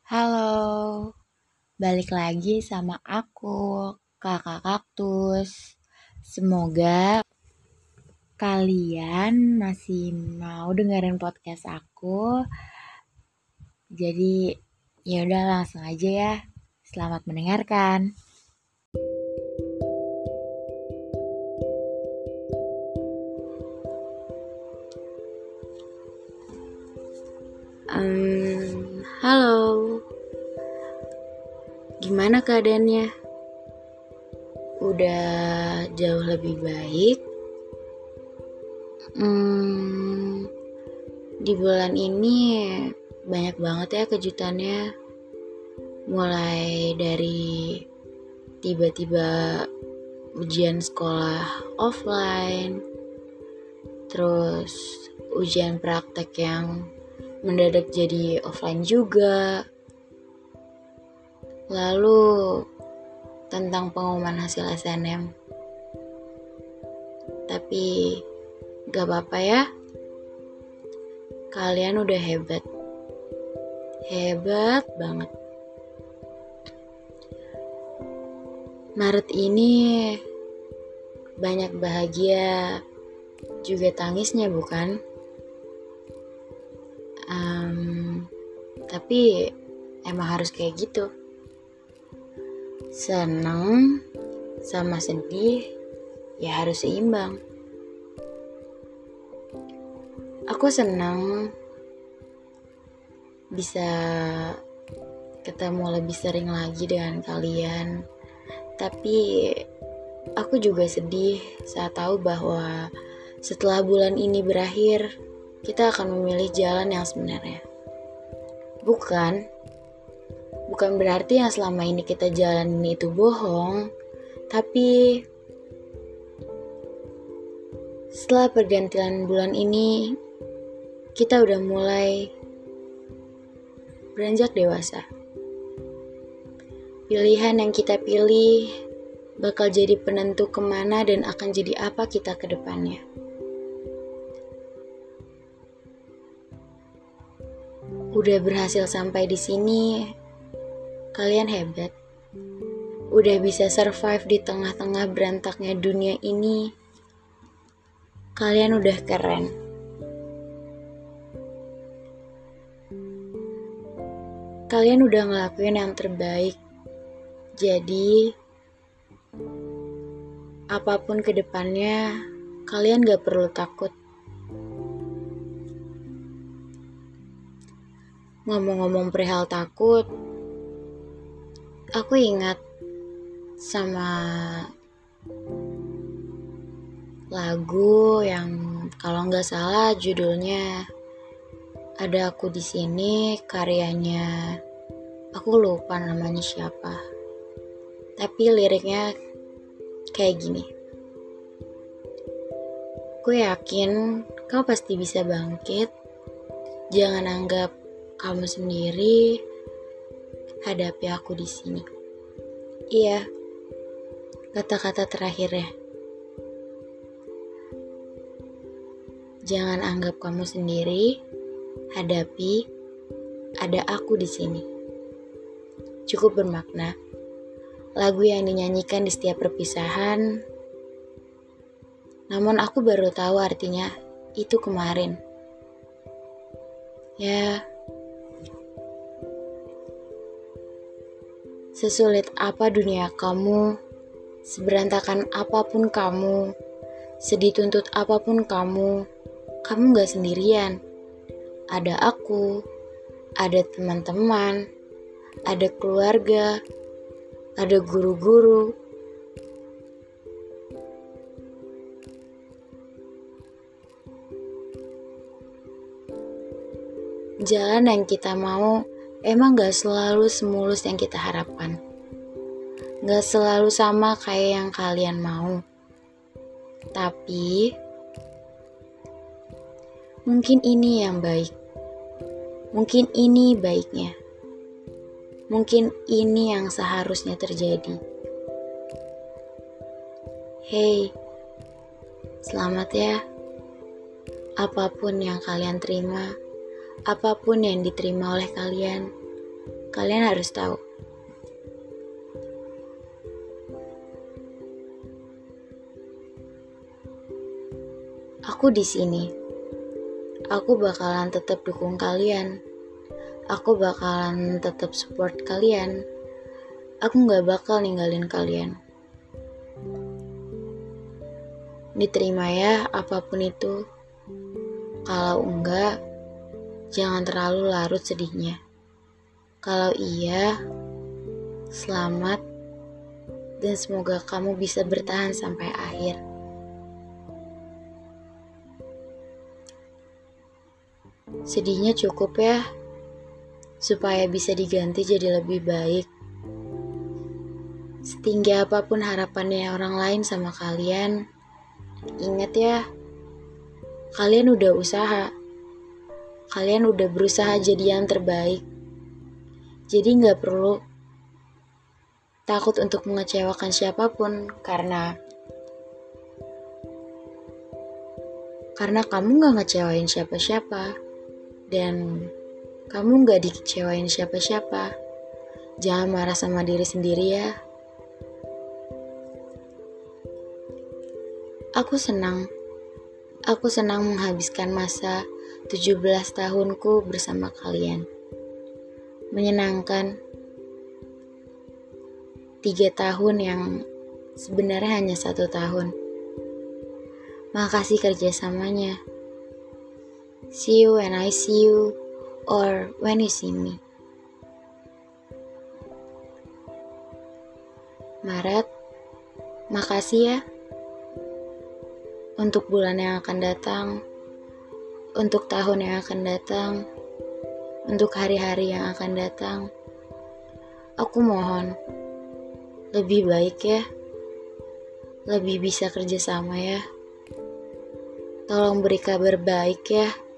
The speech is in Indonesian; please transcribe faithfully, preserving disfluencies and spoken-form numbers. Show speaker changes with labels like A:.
A: Halo, balik lagi sama aku, Kakak Kaktus. Semoga kalian masih mau dengerin podcast aku. Jadi, ya udah langsung aja ya. Selamat mendengarkan. Um, halo, gimana keadaannya? Udah jauh lebih baik? Hmm, di bulan ini banyak banget ya kejutannya. Mulai dari tiba-tiba ujian sekolah offline, terus ujian praktek yang mendadak jadi offline juga, lalu tentang pengumuman hasil S N M. Tapi gak apa-apa ya, kalian udah hebat, hebat banget. Maret ini banyak bahagia, juga tangisnya bukan? Um, tapi emang harus kayak gitu. Seneng sama sedih ya harus seimbang. Aku senang bisa ketemu lebih sering lagi dengan kalian. Tapi aku juga sedih saat tahu bahwa setelah bulan ini berakhir, kita akan memilih jalan yang sebenarnya. Bukan, bukan berarti yang selama ini kita jalanin itu bohong, tapi setelah pergantian bulan ini, kita udah mulai beranjak dewasa. Pilihan yang kita pilih bakal jadi penentu kemana dan akan jadi apa kita ke depannya. Udah berhasil sampai di sini, kalian hebat. Udah bisa survive di tengah-tengah berantaknya dunia ini, kalian udah keren. Kalian udah ngelakuin yang terbaik. Jadi, apapun ke depannya, kalian gak perlu takut. Ngomong-ngomong perihal takut, aku ingat sama lagu yang kalau nggak salah judulnya Ada Aku di Sini, karyanya aku lupa namanya siapa. Tapi liriknya kayak gini. Aku yakin kau pasti bisa bangkit. Jangan anggap kamu sendiri. Hadapi aku di sini. Iya, kata-kata terakhirnya. Jangan anggap kamu sendiri. Hadapi, ada aku di sini. Cukup bermakna. Lagu yang dinyanyikan di setiap perpisahan. Namun aku baru tahu artinya itu kemarin. Ya, sesulit apa dunia kamu, seberantakan apapun kamu, sedih tuntut apapun kamu, kamu gak sendirian. Ada aku, ada teman-teman, ada keluarga, ada guru-guru. Jalan yang kita mau emang gak selalu semulus yang kita harapkan. Gak selalu sama kayak yang kalian mau. Tapi mungkin ini yang baik. Mungkin ini baiknya. Mungkin ini yang seharusnya terjadi. Hey, selamat ya. Apapun yang kalian terima, apapun yang diterima oleh kalian, kalian harus tahu. Aku di sini. Aku bakalan tetap dukung kalian. Aku bakalan tetap support kalian. Aku gak bakal ninggalin kalian. Diterima ya apapun itu. Kalau enggak, jangan terlalu larut sedihnya. Kalau iya, selamat dan semoga kamu bisa bertahan sampai akhir. Sedihnya cukup ya, supaya bisa diganti jadi lebih baik. Setinggi apapun harapannya orang lain sama kalian, ingat ya, kalian udah usaha. Kalian udah berusaha jadi yang terbaik. Jadi gak perlu takut untuk mengecewakan siapapun, karena karena kamu gak ngecewain siapa-siapa. Dan kamu gak dikecewain siapa-siapa. Jangan marah sama diri sendiri ya. Aku senang. Aku senang menghabiskan masa tujuh belas tahunku bersama kalian. Menyenangkan. Tiga tahun yang sebenarnya hanya satu tahun. Makasih kerjasamanya. See you when I see you, or when you see me. Maret, makasih ya. Untuk bulan yang akan datang, untuk tahun yang akan datang, untuk hari-hari yang akan datang. Aku mohon, lebih baik ya. Lebih bisa kerjasama ya. Tolong beri kabar baik ya.